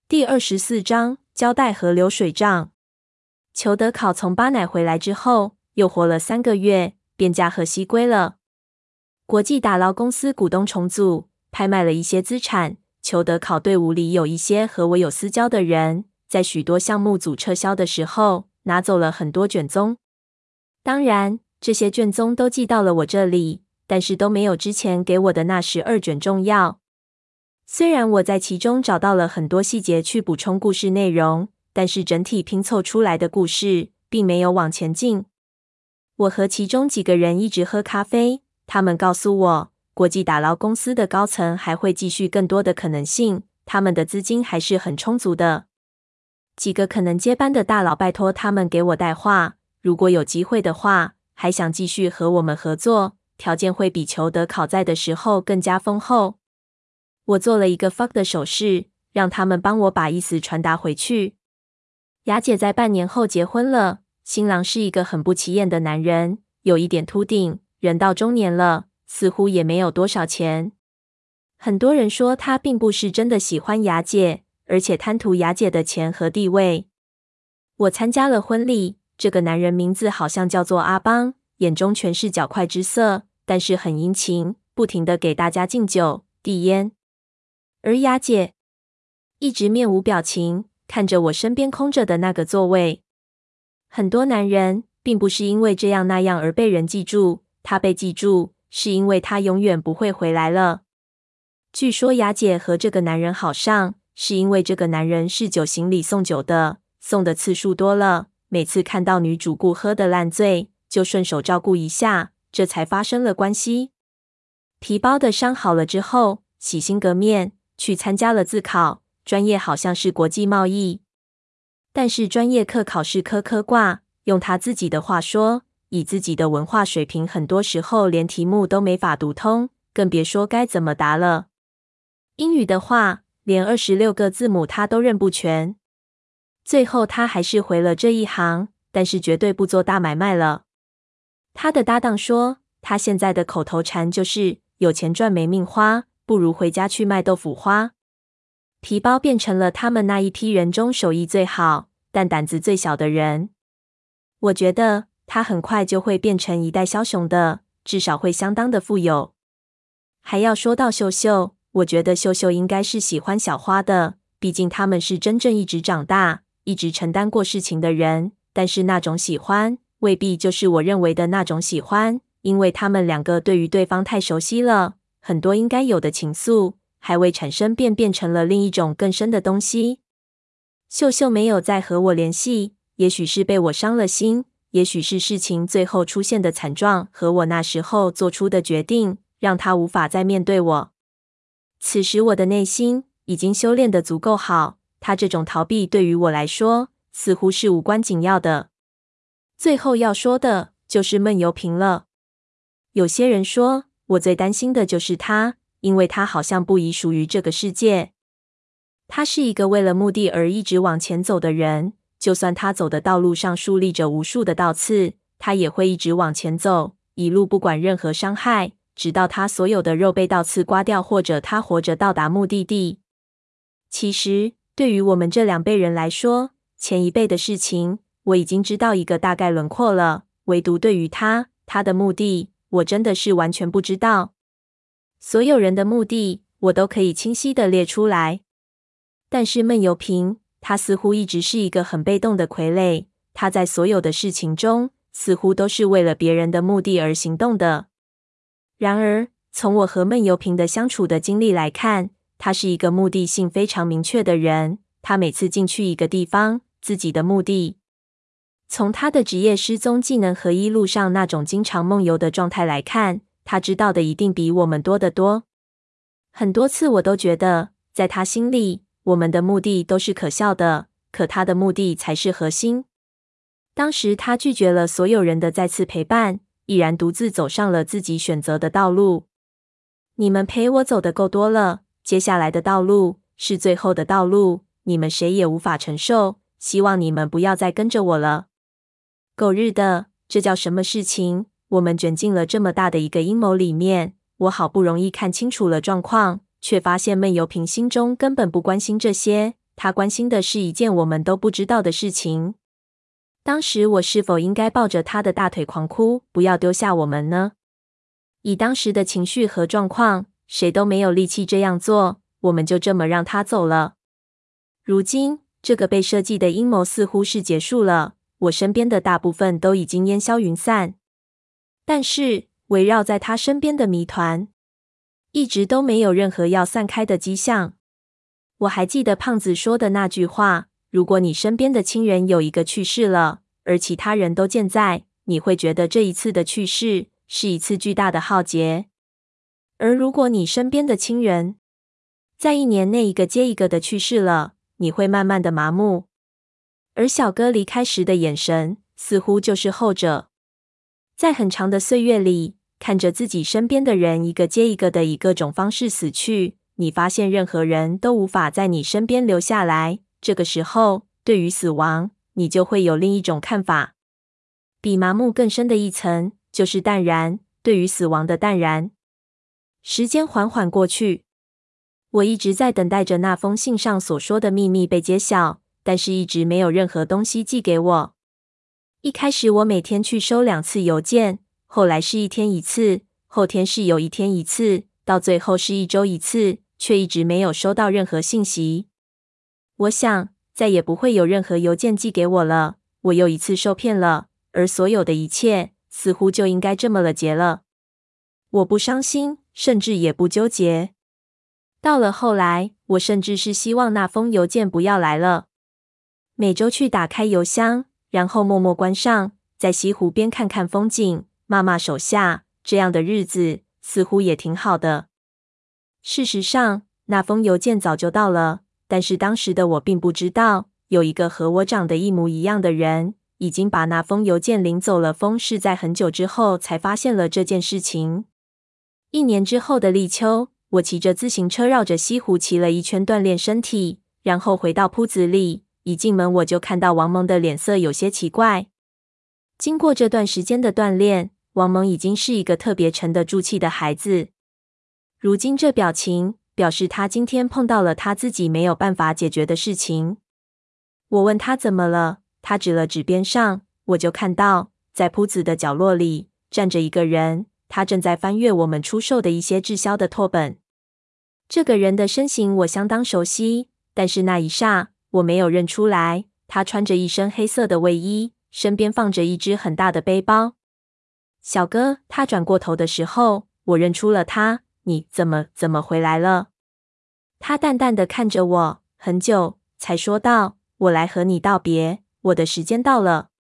第24章交代河流水账。裘德考从巴乃回来之后，又活了3个月，便驾鹤西归了。国际打捞公司股东重组，拍卖了一些资产。裘德考队伍里有一些和我有私交的人，在许多项目组撤销的时候，拿走了很多卷宗。当然，这些卷宗都寄到了我这里，但是都没有之前给我的那12卷重要。虽然我在其中找到了很多细节去补充故事内容，但是整体拼凑出来的故事并没有往前进。我和其中几个人一直喝咖啡，他们告诉我，国际打捞公司的高层还会继续更多的可能性，他们的资金还是很充足的。几个可能接班的大佬拜托他们给我带话，如果有机会的话，还想继续和我们合作，条件会比裘德考在的时候更加丰厚。我做了一个 fuck 的手势，让他们帮我把意思传达回去。雅姐在半年后结婚了，新郎是一个很不起眼的男人，有一点秃顶，人到中年了，似乎也没有多少钱。很多人说他并不是真的喜欢雅姐，而且贪图雅姐的钱和地位。我参加了婚礼，这个男人名字好像叫做阿邦，眼中全是角块之色，但是很殷勤，不停地给大家敬酒、递烟。而雅姐一直面无表情，看着我身边空着的那个座位。很多男人并不是因为这样那样而被人记住，他被记住是因为他永远不会回来了。据说雅姐和这个男人好上，是因为这个男人是酒行里送酒的，送的次数多了，每次看到女主顾喝得烂醉，就顺手照顾一下，这才发生了关系。皮包的伤好了之后，洗心革面去参加了自考，专业好像是国际贸易，但是专业课考试科挂，用他自己的话说，以自己的文化水平，很多时候连题目都没法读通，更别说该怎么答了。英语的话，连26个字母他都认不全。最后他还是回了这一行，但是绝对不做大买卖了。他的搭档说，他现在的口头禅就是有钱赚没命花，不如回家去卖豆腐花。皮包变成了他们那一批人中手艺最好，但胆子最小的人。我觉得他很快就会变成一代枭雄的，至少会相当的富有。还要说到秀秀，我觉得秀秀应该是喜欢小花的，毕竟他们是真正一直长大，一直承担过事情的人，但是那种喜欢未必就是我认为的那种喜欢，因为他们两个对于对方太熟悉了，很多应该有的情愫还未产生便变成了另一种更深的东西。秀秀没有再和我联系，也许是被我伤了心，也许是事情最后出现的惨状和我那时候做出的决定，让她无法再面对我。此时我的内心已经修炼得足够好，她这种逃避对于我来说似乎是无关紧要的。最后要说的就是闷油瓶了。有些人说，我最担心的就是他，因为他好像不已属于这个世界。他是一个为了目的而一直往前走的人，就算他走的道路上树立着无数的倒刺，他也会一直往前走，一路不管任何伤害，直到他所有的肉被倒刺刮掉，或者他活着到达目的地。其实，对于我们这2辈人来说，前一辈的事情我已经知道一个大概轮廓了，唯独对于他的目的，我真的是完全不知道。所有人的目的，我都可以清晰地列出来。但是闷油瓶，他似乎一直是一个很被动的傀儡，他在所有的事情中，似乎都是为了别人的目的而行动的。然而，从我和闷油瓶的相处的经历来看，他是一个目的性非常明确的人，他每次进去一个地方，自己的目的。从他的职业失踪技能和一路上那种经常梦游的状态来看，他知道的一定比我们多得多。很多次我都觉得，在他心里，我们的目的都是可笑的，可他的目的才是核心。当时他拒绝了所有人的再次陪伴，毅然独自走上了自己选择的道路。你们陪我走的够多了，接下来的道路是最后的道路，你们谁也无法承受，希望你们不要再跟着我了。狗日的，这叫什么事情？我们卷进了这么大的一个阴谋里面，我好不容易看清楚了状况，却发现闷油瓶心中根本不关心这些， 他关心的是一件我们都不知道的事情。当时我是否应该抱着他的大腿狂哭，不要丢下我们呢？以当时的情绪和状况，谁都没有力气这样做，我们就这么让他走了。如今，这个被设计的阴谋似乎是结束了，我身边的大部分都已经烟消云散。但是，围绕在他身边的谜团，一直都没有任何要散开的迹象。我还记得胖子说的那句话，如果你身边的亲人有一个去世了，而其他人都健在，你会觉得这一次的去世是一次巨大的浩劫。而如果你身边的亲人在1年内一个接一个的去世了，你会慢慢的麻木。而小哥离开时的眼神，似乎就是后者。在很长的岁月里，看着自己身边的人一个接一个的以各种方式死去，你发现任何人都无法在你身边留下来。这个时候，对于死亡，你就会有另一种看法。比麻木更深的一层，就是淡然，对于死亡的淡然。时间缓缓过去，我一直在等待着那封信上所说的秘密被揭晓，但是一直没有任何东西寄给我。一开始我每天去收2次邮件，后来是1天1次，后天是有1天1次，到最后是1周1次，却一直没有收到任何信息。我想，再也不会有任何邮件寄给我了，我又一次受骗了，而所有的一切似乎就应该这么了结了。我不伤心，甚至也不纠结。到了后来，我甚至是希望那封邮件不要来了。每周去打开邮箱，然后默默关上，在西湖边看看风景，骂骂手下，这样的日子似乎也挺好的。事实上，那封邮件早就到了，但是当时的我并不知道，有一个和我长得一模一样的人，已经把那封邮件领走了。风是在很久之后才发现了这件事情。1年之后的立秋，我骑着自行车绕着西湖骑了一圈锻炼身体，然后回到铺子里。一进门我就看到王蒙的脸色有些奇怪。经过这段时间的锻炼，王蒙已经是一个特别沉得住气的孩子。如今这表情，表示他今天碰到了他自己没有办法解决的事情。我问他怎么了，他指了指边上，我就看到，在铺子的角落里，站着一个人，他正在翻阅我们出售的一些滞销的拓本。这个人的身形我相当熟悉，但是那一霎，我没有认出来，他穿着一身黑色的卫衣，身边放着一只很大的背包。小哥，他转过头的时候，我认出了他，你怎么回来了？他淡淡的看着我，很久，才说道，我来和你道别，我的时间到了。